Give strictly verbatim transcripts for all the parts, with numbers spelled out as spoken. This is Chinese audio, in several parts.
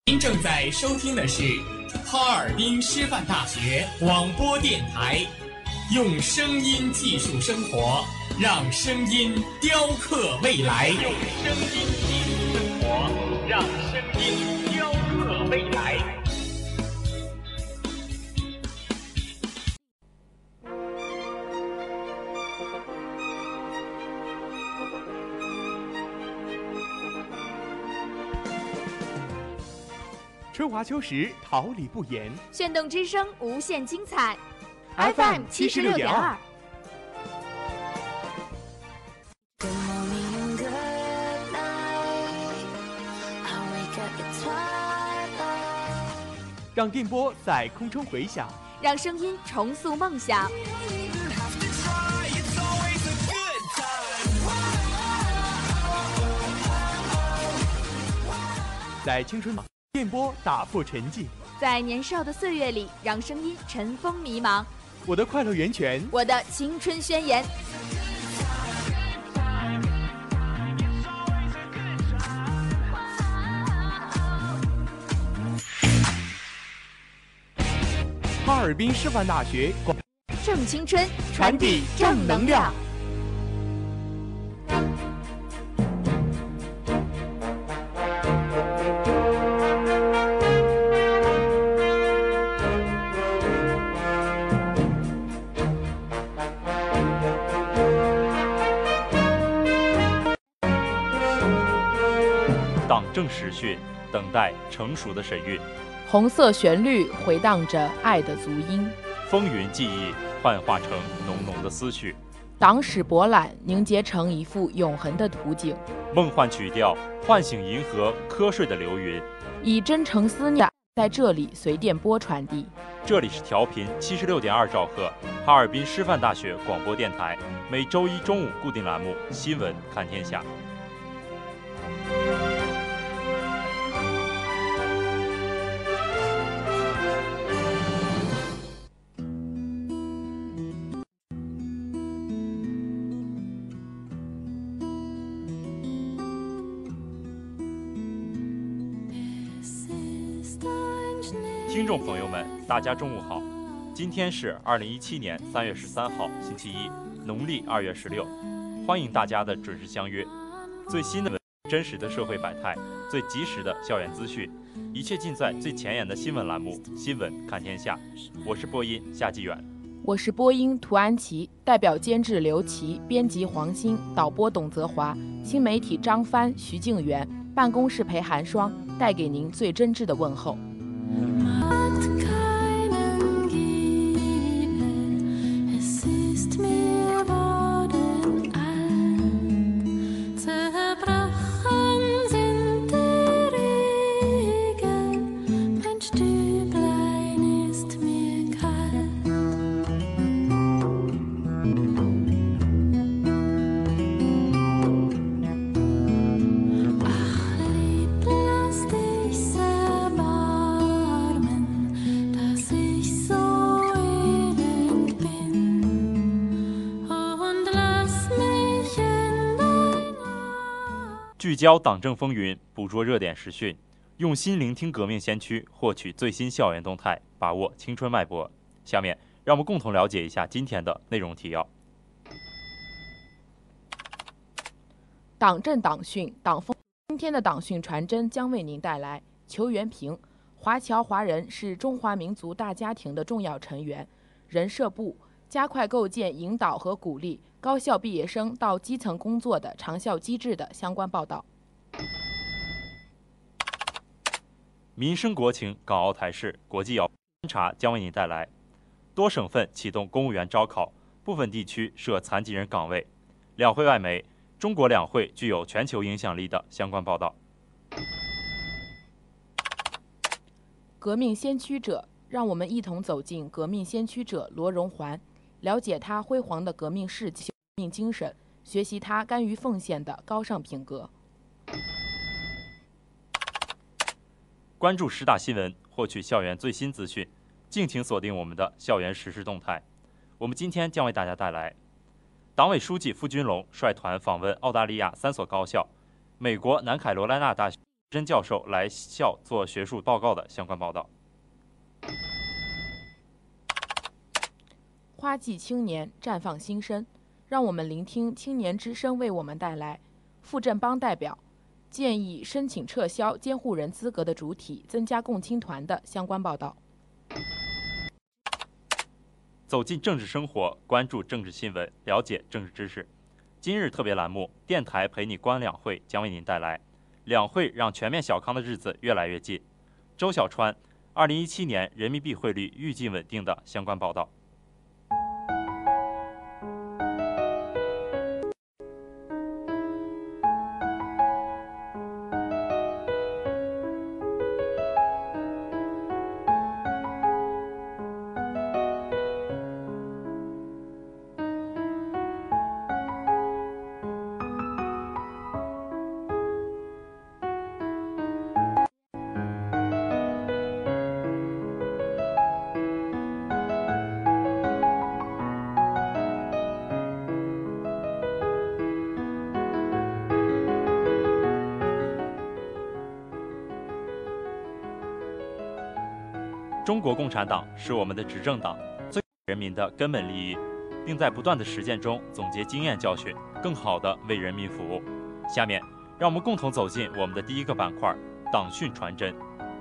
您正在收听的是哈尔滨师范大学广播电台，用声音技术生活，让声音雕刻未来。用声音技术生活，让声音雕刻未来。 春华秋实，桃李不言。 炫动之声，无限精彩。 F M 七十六点二。让电波在空中回响， 让声音重塑梦想。 在青春电波打破沉寂， 在年少的岁月里，让声音尘封迷茫。 我的快乐源泉， 我的青春宣言。 哈尔滨师范大学广正青春， 传递正能量。 党政时讯，等待成熟的神韵。 红色旋律回荡着爱的足音， 风云记忆幻化成浓浓的思绪。 党史博览凝结成一幅永恒的图景。 梦幻曲调唤醒银河瞌睡的流云， 以真诚思念在这里随电波传递。 这里是调频七十六点二兆赫，哈尔滨师范大学广播电台，每周一中午固定栏目《新闻看天下》。听众朋友们，大家中午好！今天是二零一七年三月十三号，星期一，农历二月十六。欢迎大家的准时相约。最新的、真实的社会百态，最及时的校园资讯，一切尽在最前沿的新闻栏目《新闻看天下》。我是播音夏继远， 我是播音涂安琪，代表监制刘琦，编辑黄鑫，导播董泽华，新媒体张帆、徐静媛，办公室陪寒霜，带给您最真挚的问候。 聚焦党政风云，捕捉热点时讯，用心聆听革命先驱，获取最新校园动态，把握青春脉搏。下面，让我们共同了解一下今天的内容提要。 党政党讯，党风。今天的党讯传真将为您带来裘元平：华侨华人是中华民族大家庭的重要成员。人社部加快构建、引导和鼓励高校毕业生到基层工作的长效机制的相关报道。 民生国情，港澳台事，国际要观察将为您带来多省份启动公务员招考，部分地区设残疾人岗位。两会外媒，中国两会具有全球影响力的相关报道。 革命先驱者，让我们一同走进革命先驱者罗荣桓，了解他辉煌的革命事迹、革命精神，学习他甘于奉献的高尚品格。 关注十大新闻，获取校园最新资讯，敬请锁定我们的校园实时动态。我们今天将为大家带来：党委书记傅军龙率团访问澳大利亚三所高校，美国南卡罗来纳大学真教授来校做学术报告的相关报道。 花季青年绽放新生，让我们聆听青年之声为我们带来傅振邦代表建议申请撤销监护人资格的主体增加共青团的相关报道。 走进政治生活，关注政治新闻，了解政治知识。今日特别栏目电台陪你观两会将为您带来两会让全面小康的日子越来越近。周小川二零一七年人民币汇率预计稳定的相关报道。中国共产党是我们的执政党，最人民的根本利益，并在不断的实践中总结经验教训，更好地为人民服务。下面，让我们共同走进我们的第一个板块——党训传真。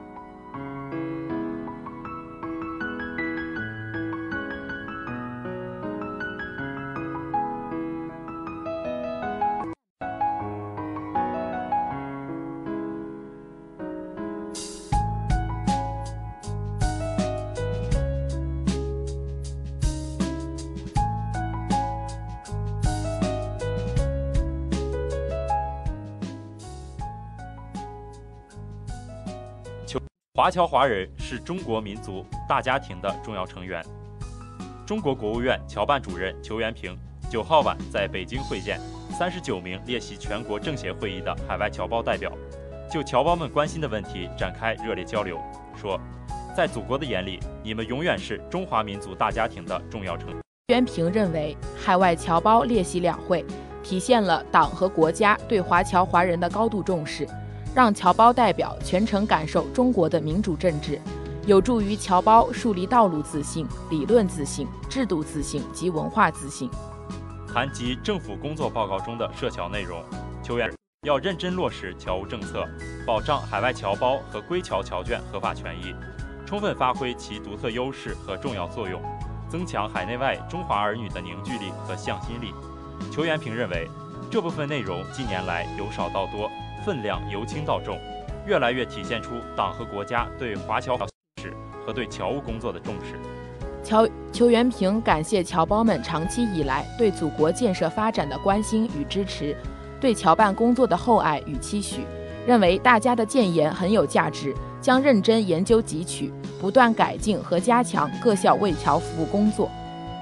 华侨华人是中国民族大家庭的重要成员。中国国务院侨办主任裘元平九号晚在北京会见三十九名列席全国政协会议的海外侨胞代表，就侨胞们关心的问题展开热烈交流，说，在祖国的眼里，你们永远是中华民族大家庭的重要成员。 元平认为，海外侨胞列席两会，体现了党和国家对华侨华人的高度重视，让侨胞代表全程感受中国的民主政治，有助于侨胞树立道路自信、理论自信、制度自信及文化自信。 谈及政府工作报告中的涉侨内容，裘元要认真落实侨务政策，保障海外侨胞和归侨侨眷合法权益，充分发挥其独特优势和重要作用，增强海内外中华儿女的凝聚力和向心力。裘元平认为，这部分内容近年来由少到多，分量由轻到重，越来越体现出党和国家对华侨和对侨务工作的重视。 裘裘元平感谢侨胞们长期以来对祖国建设发展的关心与支持，对侨办工作的厚爱与期许，认为大家的建言很有价值，将认真研究汲取，不断改进和加强各校为侨服务工作。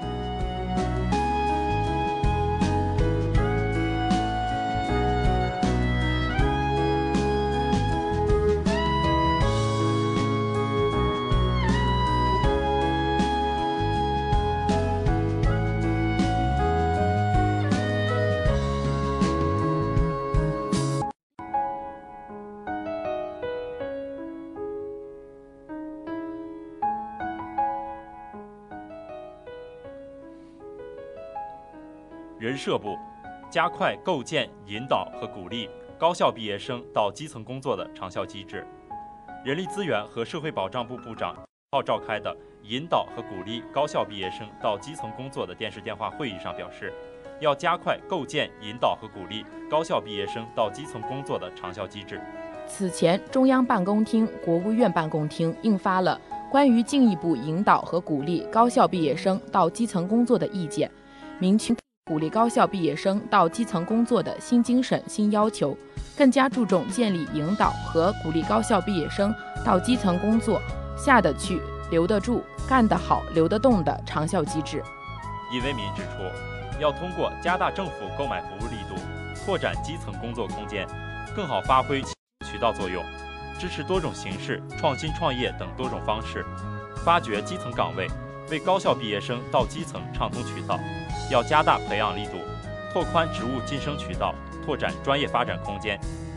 人社部加快构建、引导和鼓励高校毕业生到基层工作的长效机制。人力资源和社会保障部部长号召开的引导和鼓励高校毕业生到基层工作的电视电话会议上表示，要加快构建、引导和鼓励高校毕业生到基层工作的长效机制。 此前，中央办公厅、国务院办公厅印发了关于进一步引导和鼓励高校毕业生到基层工作的意见，明确鼓励高校毕业生到基层工作的新精神、新要求，更加注重建立引导和鼓励高校毕业生到基层工作下得去、留得住、干得好、留得动的长效机制。 尹为民指出，要通过加大政府购买服务力度，拓展基层工作空间，更好发挥渠道作用，支持多种形式、创新创业等多种方式，发掘基层岗位，为高校毕业生到基层畅通渠道。要加大培养力度，拓宽职务晋升渠道，拓展专业发展空间，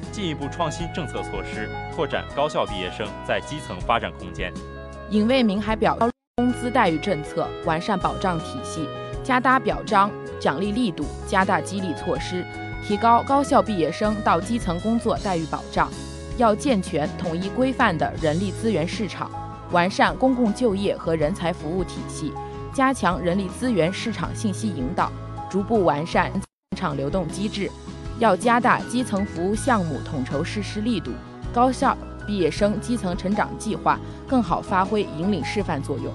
进一步创新政策措施，拓展高校毕业生在基层发展空间。 尹卫明还表示，工资待遇政策，完善保障体系，加大表彰奖励力度，加大激励措施，提高高校毕业生到基层工作待遇保障。要健全统一规范的人力资源市场，完善公共就业和人才服务体系，加强人力资源市场信息引导，逐步完善市场流动机制。要加大基层服务项目统筹实施力度，高校毕业生基层成长计划更好发挥引领示范作用。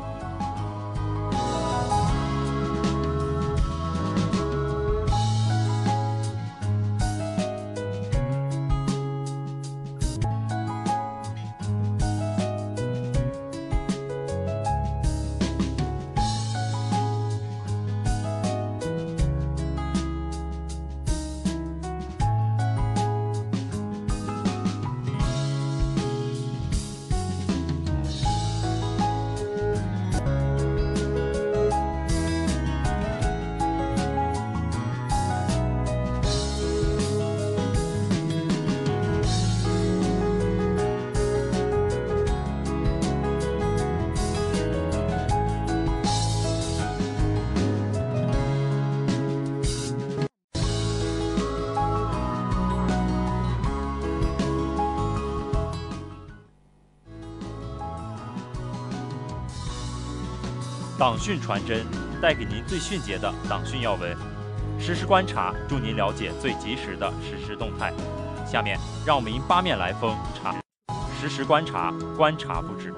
党讯传真带给您最迅捷的党讯要闻，实时观察助您了解最及时的实时动态。下面让我们迎八面来风，查实时观察，观察不止。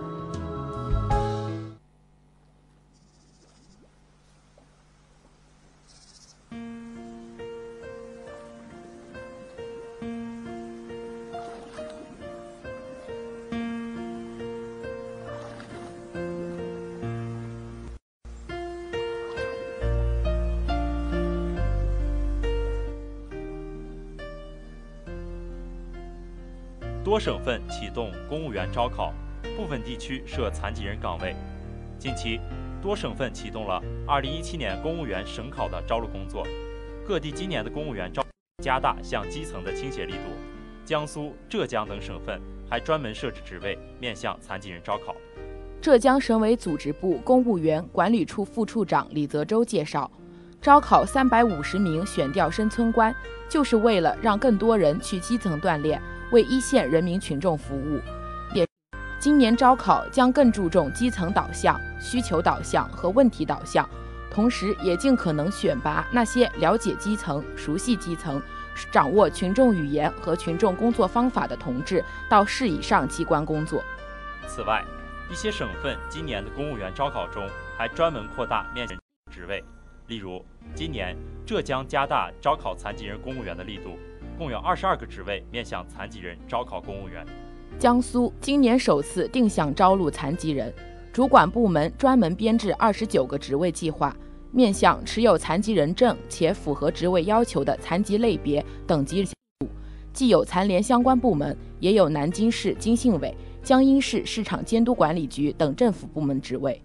多省份启动公务员招考，部分地区设残疾人岗位。近期，多省份启动了二零一七年公务员省考的招录工作，各地今年的公务员招加大向基层的倾斜力度。江苏、浙江等省份还专门设置职位面向残疾人招考。 浙江省委组织部公务员管理处副处长李泽洲介绍，招考三百五十名选调生村官，就是为了让更多人去基层锻炼，为一线人民群众服务。也今年招考将更注重基层导向、需求导向和问题导向，同时也尽可能选拔那些了解基层、熟悉基层、掌握群众语言和群众工作方法的同志到市以上机关工作。 此外，一些省份今年的公务员招考中还专门扩大面向职位，例如今年浙江加大招考残疾人公务员的力度，共有二十二个职位面向残疾人招考公务员。 江苏今年首次定向招录残疾人，主管部门专门编制二十九个职位计划，面向持有残疾人证且符合职位要求的残疾类别等级，既有残联相关部门，也有南京市经信委、江阴市市场监督管理局等政府部门职位。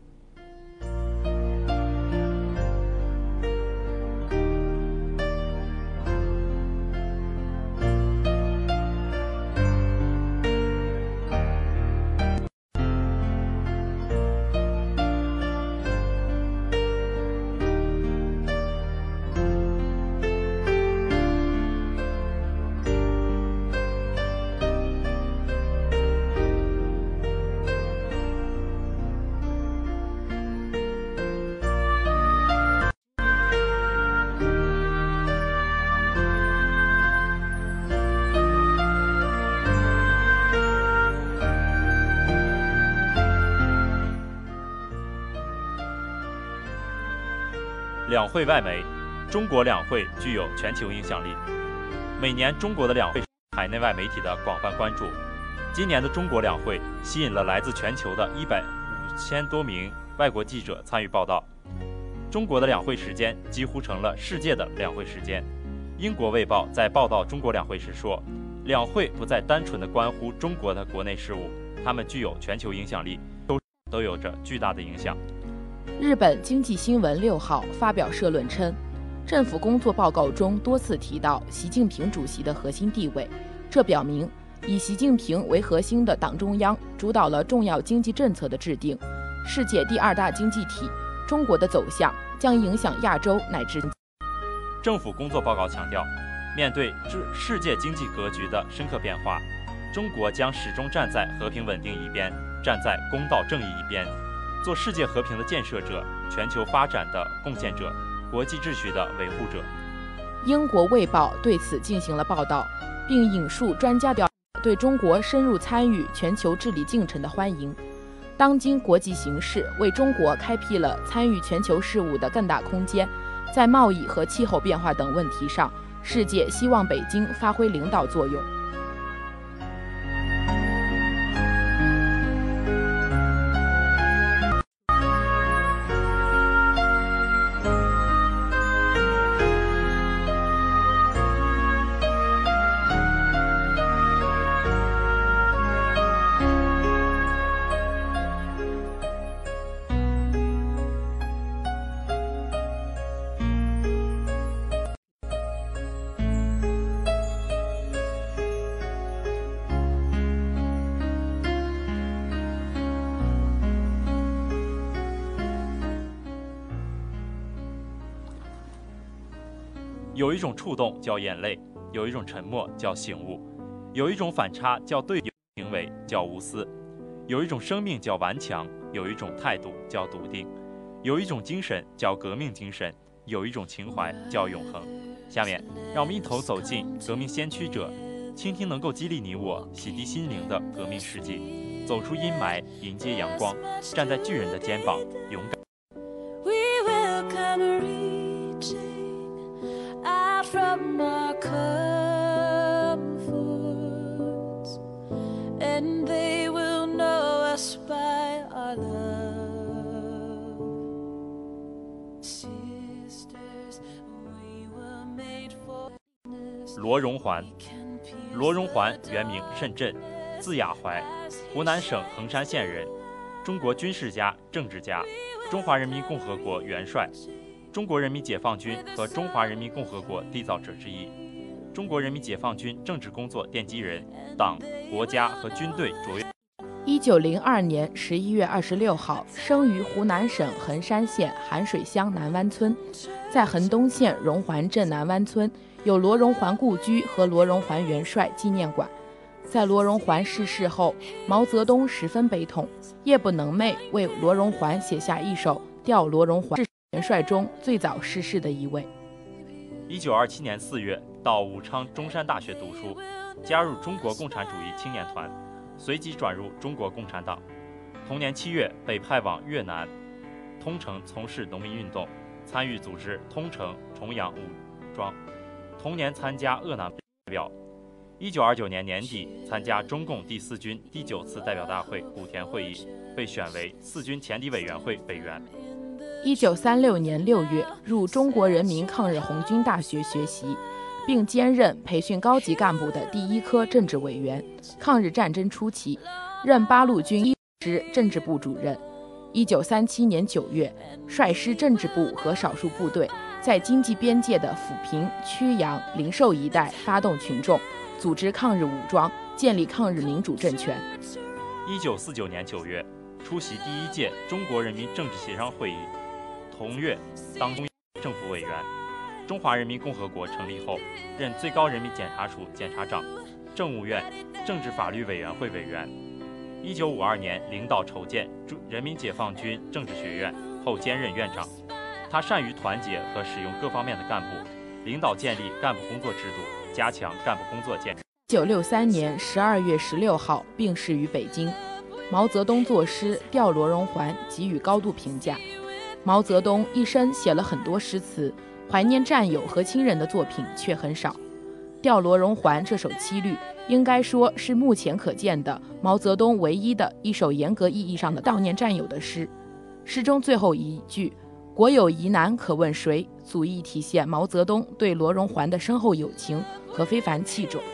两会外媒，中国两会具有全球影响力。每年中国的两会海内外媒体的广泛关注。今年的中国两会吸引了来自全球的一百五千多名外国记者参与报道。中国的两会时间几乎成了世界的两会时间。英国卫报在报道中国两会时说，两会不再单纯的关乎中国的国内事务，它们具有全球影响力，都都有着巨大的影响。 日本经济新闻六号发表社论称， 政府工作报告中多次提到习近平主席的核心地位，这表明以习近平为核心的党中央主导了重要经济政策的制定。世界第二大经济体，中国的走向将影响亚洲乃至。 政府工作报告强调，面对世界经济格局的深刻变化，中国将始终站在和平稳定一边，站在公道正义一边，做世界和平的建设者、全球发展的贡献者、国际秩序的维护者。 英国《卫报》对此进行了报道，并引述专家表对中国深入参与全球治理进程的欢迎。当今国际形势为中国开辟了参与全球事务的更大空间，在贸易和气候变化等问题上，世界希望北京发挥领导作用。 有一种触动叫眼泪，有一种沉默叫醒悟，有一种反差叫对有行为叫无私，有一种生命叫顽强，有一种态度叫笃定，有一种精神叫革命精神，有一种情怀叫永恒。下面让我们一同走进革命先驱者，倾听能够激励你我、洗涤心灵的革命事迹，走出阴霾，迎接阳光，站在巨人的肩膀，勇敢。 From our comforts, and they will know us by our love. Sisters, we were made for. 罗荣桓，罗荣桓原名慎震，字亚怀，湖南省衡山县人，中国军事家、政治家，中华人民共和国元帅。中国人民解放军和中华人民共和国缔造者之一，中国人民解放军政治工作奠基人，党、国家和军队卓越。 一九零二年十一月二十六号，生于湖南省衡山县寒水乡南湾村，在衡东县荣桓镇南湾村有罗荣桓故居和罗荣桓元帅纪念馆。在罗荣桓逝世后，毛泽东十分悲痛，夜不能寐，为罗荣桓写下一首《吊罗荣桓》。元帅中最早逝世的一位。 一九二七年四月，到武昌中山大学读书，加入中国共产主义青年团，随即转入中国共产党。同年七月，被派往越南通城从事农民运动，参与组织通城重阳武装。同年参加鄂南代表。一九二九年年底，参加中共第四军第九次代表大会古田会议，被选为四军前敌委员会委员。 一九三六年六月，入中国人民抗日红军大学学习，并兼任培训高级干部的第一科政治委员。抗日战争初期，任八路军一师政治部主任。一九三七年九月，率师政治部和少数部队，在经济边界的抚平、曲阳、灵寿一带发动群众，组织抗日武装，建立抗日民主政权。 一九四九年九月，出席第一届中国人民政治协商会议。同月，当中央政府委员。中华人民共和国成立后，任最高人民检察署检察长、政务院政治法律委员会委员。一九五二年，领导筹建人民解放军政治学院，后兼任院长。他善于团结和使用各方面的干部，领导建立干部工作制度，加强干部工作建设。 一九六三年十二月十六号病逝于北京。毛泽东作诗吊罗荣桓，给予高度评价。毛泽东一生写了很多诗词，怀念战友和亲人的作品却很少。《吊罗荣桓》这首七律，应该说是目前可见的毛泽东唯一的一首严格意义上的悼念战友的诗。诗中最后一句“国有疑难可问谁”，足以体现毛泽东对罗荣桓的深厚友情和非凡器重。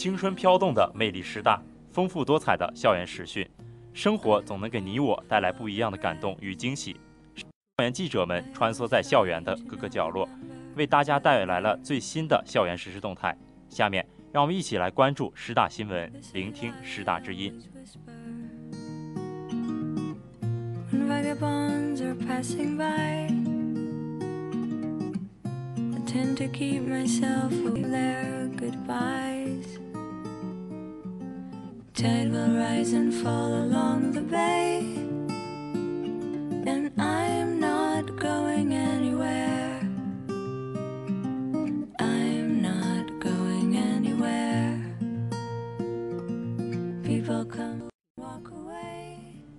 青春飘动的魅力师大，丰富多彩的校园实训，生活总能给你我带来不一样的感动与惊喜。校园记者们穿梭在校园的各个角落，为大家带来了最新的校园实时动态。下面让我们一起来关注师大新闻，聆听师大之音。 When vagabonds are passing by, I tend to keep myself from their goodbyes. Tide will rise and fall along the bay, and I'm not going anywhere. I'm not going anywhere. People come walk away.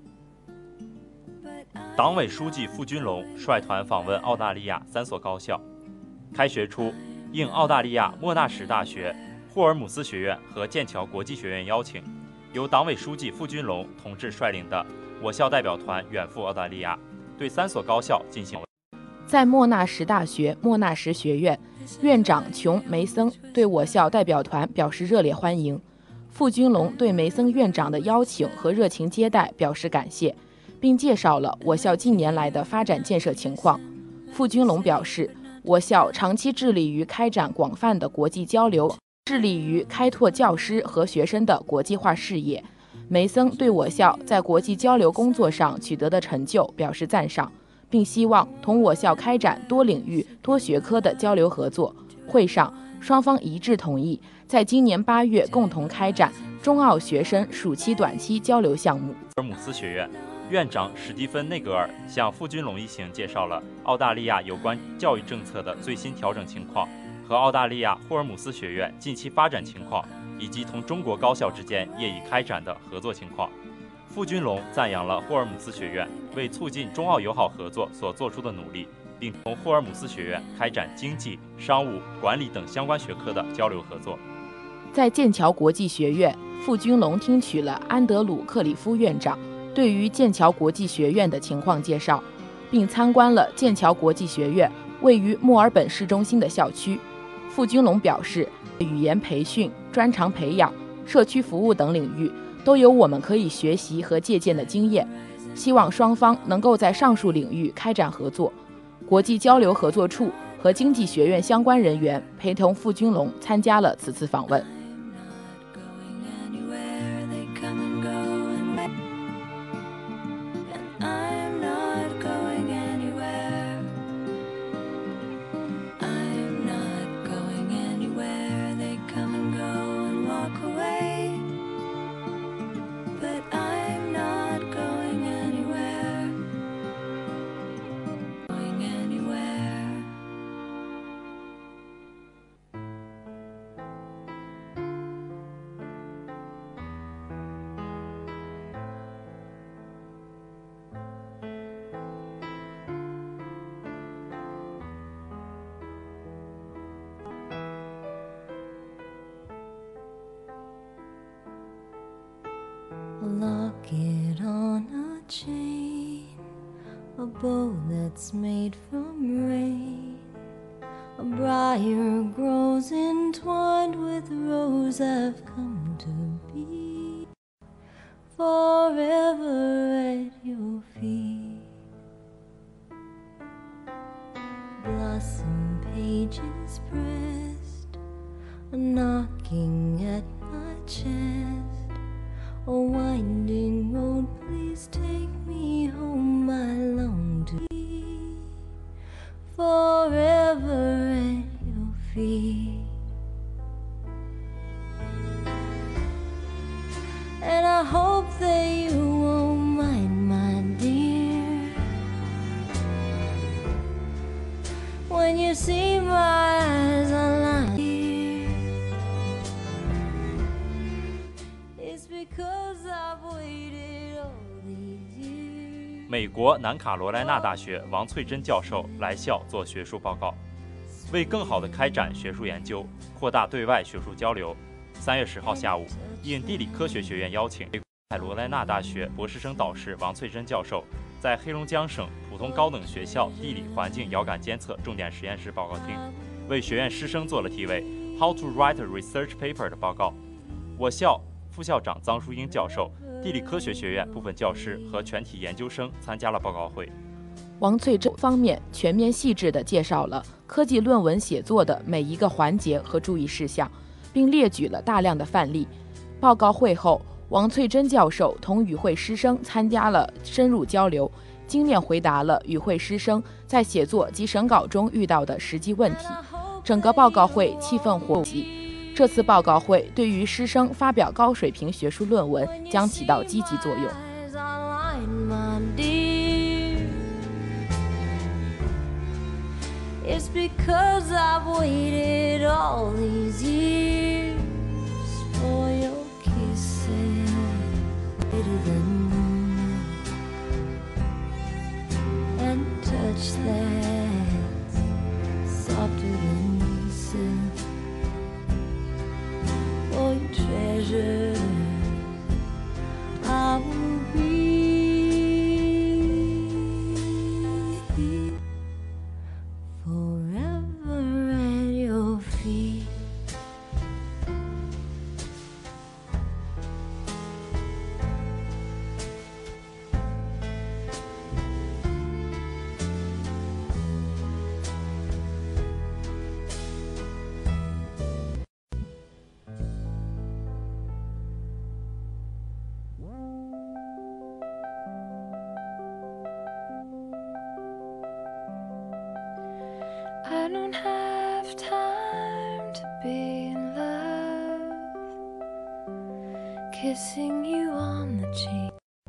党委书记傅军龙率团访问澳大利亚三所高校。开学初，应澳大利亚莫纳什大学、霍尔姆斯学院和剑桥国际学院邀请，由党委书记傅军龙同志率领的我校代表团远赴澳大利亚，对三所高校进行。 在莫纳什大学莫纳什学院，院长琼梅森对我校代表团表示热烈欢迎。傅军龙对梅森院长的邀请和热情接待表示感谢，并介绍了我校近年来的发展建设情况。傅军龙表示，我校长期致力于开展广泛的国际交流，致力于开拓教师和学生的国际化视野。梅森对我校在国际交流工作上取得的成就表示赞赏，并希望同我校开展多领域、多学科的交流合作。会上，双方一致同意，在今年八月共同开展中澳学生暑期、短期交流项目。 霍尔姆斯学院院长史蒂芬·内格尔向傅军龙一行介绍了澳大利亚有关教育政策的最新调整情况和澳大利亚霍尔姆斯学院近期发展情况，以及同中国高校之间业已开展的合作情况。傅军龙赞扬了霍尔姆斯学院为促进中澳友好合作所做出的努力，并同霍尔姆斯学院开展经济、商务、管理等相关学科的交流合作。 在剑桥国际学院，傅军龙听取了安德鲁·克里夫院长对于剑桥国际学院的情况介绍，并参观了剑桥国际学院位于墨尔本市中心的校区。傅军龙表示，语言培训、专长培养、社区服务等领域都有我们可以学习和借鉴的经验，希望双方能够在上述领域开展合作。国际交流合作处和经济学院相关人员陪同傅军龙参加了此次访问。 A locket on a chain, a bow that's made from rain. A briar grows entwined with rose I've come to be, forever at your feet. Blossom pages pressed, a knocking at my chest. A winding road, please take me home. I long to be forever at your feet. And I hope that you won't mind, my dear, when you see my eyes alive here. It's because I've waited all these years. 美国南卡罗来纳大学王翠珍教授来校做学术报告，为更好地开展学术研究，扩大对外学术交流。三月十号下午，应地理科学学院邀请，南卡罗来纳大学博士生导师王翠珍教授在黑龙江省普通高等学校地理环境遥感监测重点实验室报告厅，为学院师生做了题为 How to Write a Research Paper 的报告， 我校副校长臧淑英教授、地理科学学院部分教师和全体研究生参加了报告会。 王翠珍方面全面细致地介绍了科技论文写作的每一个环节和注意事项，并列举了大量的范例。报告会后，王翠珍教授同与会师生参加了深入交流，精面回答了与会师生在写作及审稿中遇到的实际问题。整个报告会气氛活跃。这次报告会对于师生发表高水平学术论文将起到积极作用。 It's because I've waited all these years for your kisses, better than and touch that's softer than silk. For your treasure, I will be forever at your feet. I don't have time to be in love, kissing you on the cheek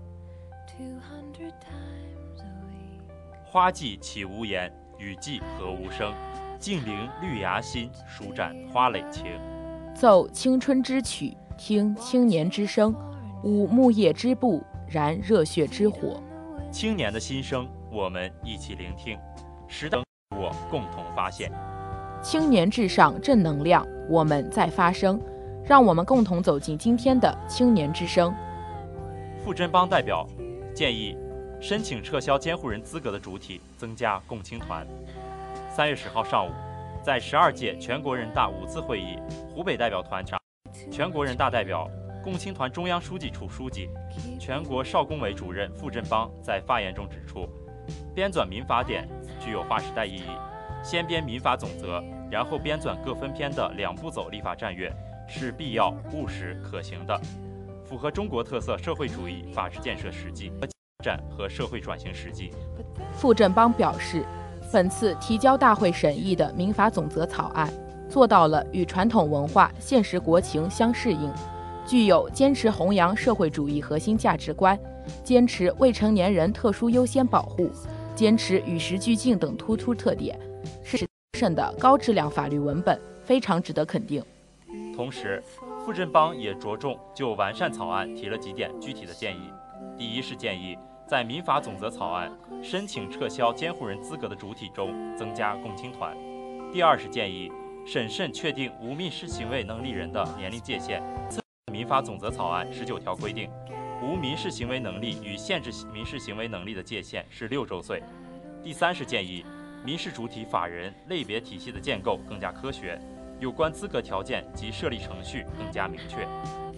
two hundred times a week. 花季起无言，雨季何无声。静聆绿芽心，舒展花蕾情。 奏青春之曲，听青年之声，舞木叶之步，燃热血之火。 青年的心声，我们一起聆听。时代我共同发现。 青年至上正能量，我们在发声，让我们共同走进今天的青年之声。 傅真邦代表建议申请撤销监护人资格的主体增加共青团。三月十号上午，在十二届全国人大五次会议湖北代表团上，全国人大代表、共青团中央书记处书记、全国少工委主任傅真邦在发言中指出，编纂民法典具有划时代意义，先编民法总则，然后编纂各分篇的两步走立法战略是必要、务实、可行的，符合中国特色社会主义法治建设实际和社会转型实际。 傅振邦表示，本次提交大会审议的民法总则草案，做到了与传统文化、现实国情相适应，具有坚持弘扬社会主义核心价值观，坚持未成年人特殊优先保护，坚持与时俱进等突出特点，是实胜的高质量法律文本，非常值得肯定。 同时，傅振邦也着重就完善草案提了几点具体的建议。第一是建议在民法总则草案申请撤销监护人资格的主体中增加共青团。第二是建议审慎确定无民事行为能力人的年龄界限。民法总则草案十九条规定，无民事行为能力与限制民事行为能力的界限是六周岁。第三是建议民事主体法人类别体系的建构更加科学，有关资格条件及设立程序更加明确。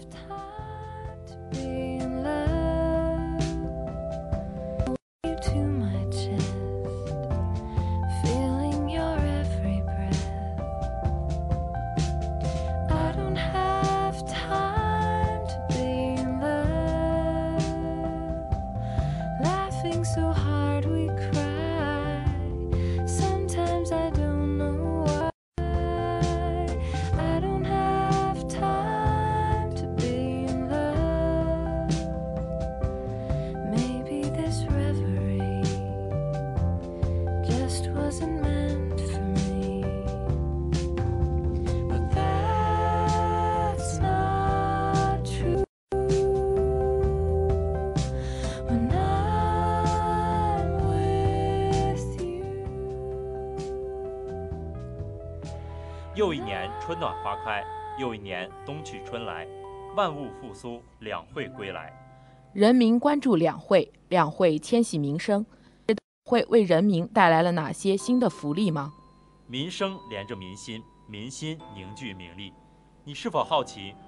又一年春暖花开，又一年冬去春来，万物复苏，两会归来。 人民关注两会，两会牵系民生，会为人民带来了哪些新的福利吗？ 民生连着民心，民心凝聚民力。你是否好奇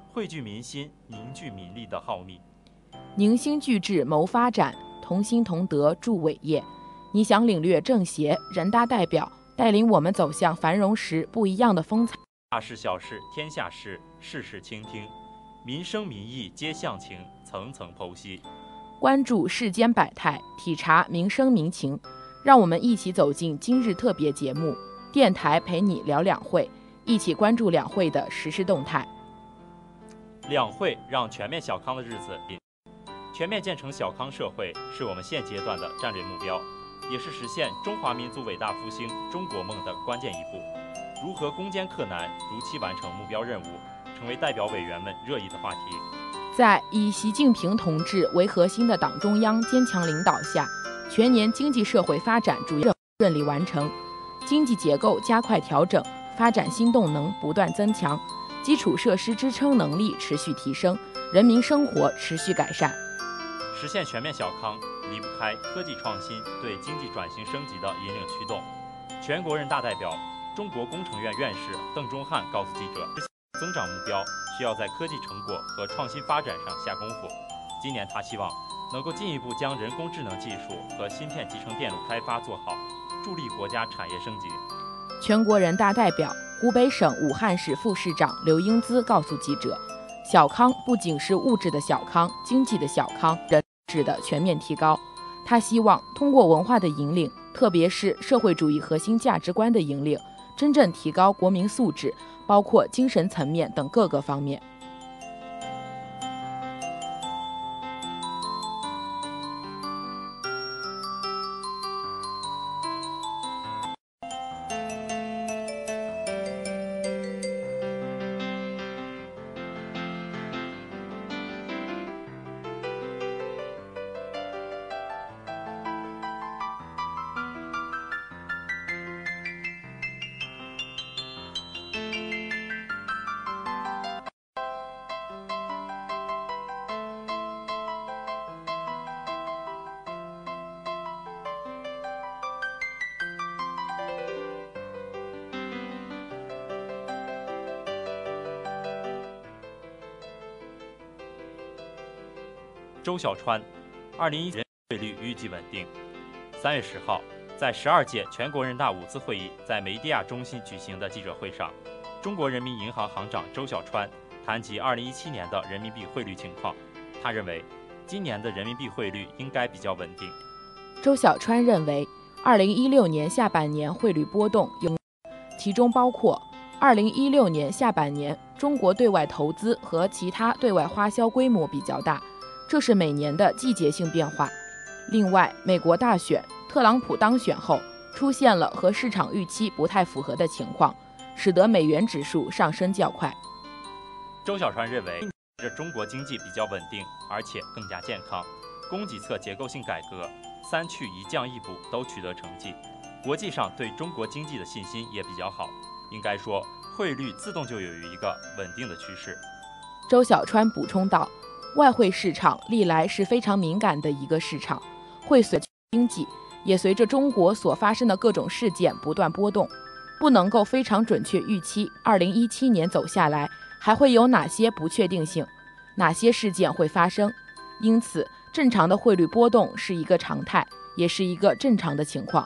汇聚民心、凝聚民力的浩密。 凝心聚智谋发展，同心同德助伟业。你想领略政协、人大代表带领我们走向繁荣时不一样的风采？ 大事小事天下事，事事倾听，民生民意皆向情，层层剖析。 关注世间百态，体察民生民情，让我们一起走进今日特别节目。电台陪你聊两会，一起关注两会的实时动态。 两会让全面小康的日子临，全面建成小康社会是我们现阶段的战略目标，也是实现中华民族伟大复兴中国梦的关键一步。如何攻坚克难，如期完成目标任务，成为代表委员们热议的话题。 在以习近平同志为核心的党中央坚强领导下，全年经济社会发展主要顺利完成，经济结构加快调整，发展新动能不断增强，基础设施支撑能力持续提升，人民生活持续改善。 实现全面小康离不开科技创新对经济转型升级的引领驱动。全国人大代表、中国工程院院士邓中翰告诉记者，增长目标需要在科技成果和创新发展上下功夫。今年他希望能够进一步将人工智能技术和芯片集成电路开发做好，助力国家产业升级。 全国人大代表、湖北省武汉市副市长刘英姿告诉记者，小康不仅是物质的小康、经济的小康，人质的全面提高。他希望通过文化的引领，特别是社会主义核心价值观的引领，真正提高国民素质，包括精神层面等各个方面。 周小川，二零一人汇率预计稳定。三月十号，在十二届全国人大五次会议在梅地亚中心举行的记者会上，中国人民银行行长周小川谈及二零一七年的人民币汇率情况。他认为，今年的人民币汇率应该比较稳定。 周小川认为，二零一六年下半年汇率波动有，其中包括二零一六年下半年中国对外投资和其他对外花销规模比较大，这是每年的季节性变化。另外，美国大选，特朗普当选后，出现了和市场预期不太符合的情况，使得美元指数上升较快。 周小川认为，这中国经济比较稳定，而且更加健康，供给侧结构性改革、三去一降一补都取得成绩，国际上对中国经济的信心也比较好，应该说汇率自动就有一个稳定的趋势。 周小川补充道，外汇市场历来是非常敏感的一个市场，会随经济，也随着中国所发生的各种事件不断波动，不能够非常准确预期二零一七年走下来还会有哪些不确定性，哪些事件会发生。因此，正常的汇率波动是一个常态，也是一个正常的情况。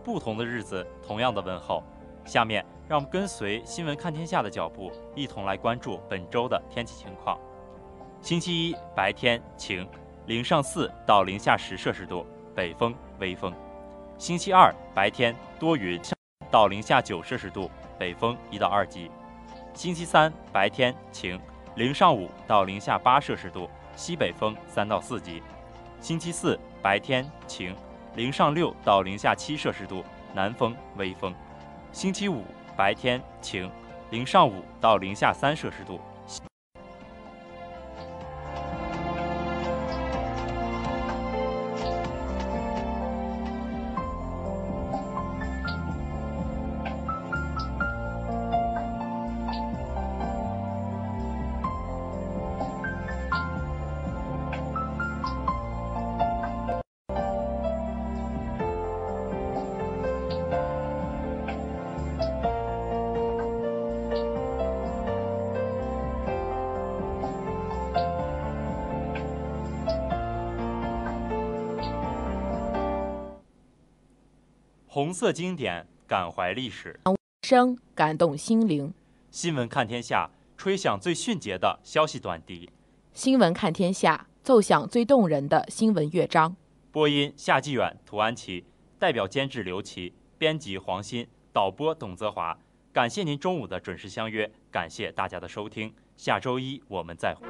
不同的日子，同样的问候。下面让我们跟随新闻看天下的脚步，一同来关注本周的天气情况。星期一白天晴，零上四到零下十摄氏度，北风微风。星期二白天多云，到零下九摄氏度，北风一到二级。星期三白天晴，零上五到零下八摄氏度，西北风三到四级。星期四白天晴，零上六到零下七摄氏度，南风微风。星期五白天晴，零上五到零下三摄氏度。红色经典，感怀历史， 声感动心灵。 新闻看天下，吹响最迅捷的消息短笛。 新闻看天下，奏响最动人的新闻乐章。 播音夏继远、涂安琪，代表监制刘琦，编辑黄鑫，导播董泽华。感谢您中午的准时相约，感谢大家的收听。下周一我们再会。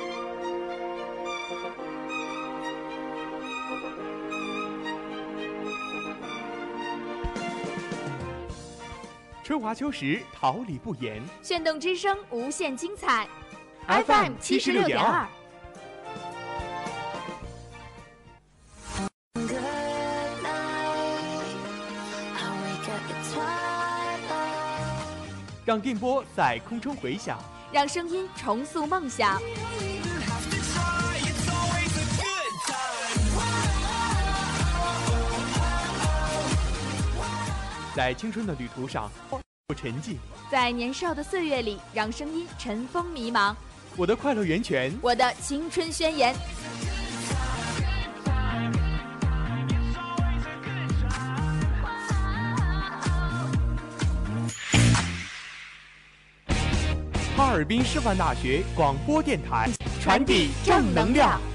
春华秋实，桃李不言。 炫动之声，无限精彩。 F M 七十六点二。让电波在空中回响， 让声音重塑梦想。 在青春的旅途上不沉寂， 在年少的岁月里，让声音尘封迷茫。 我的快乐源泉， 我的青春宣言。 哈尔滨师范大学广播电台，传递正能量。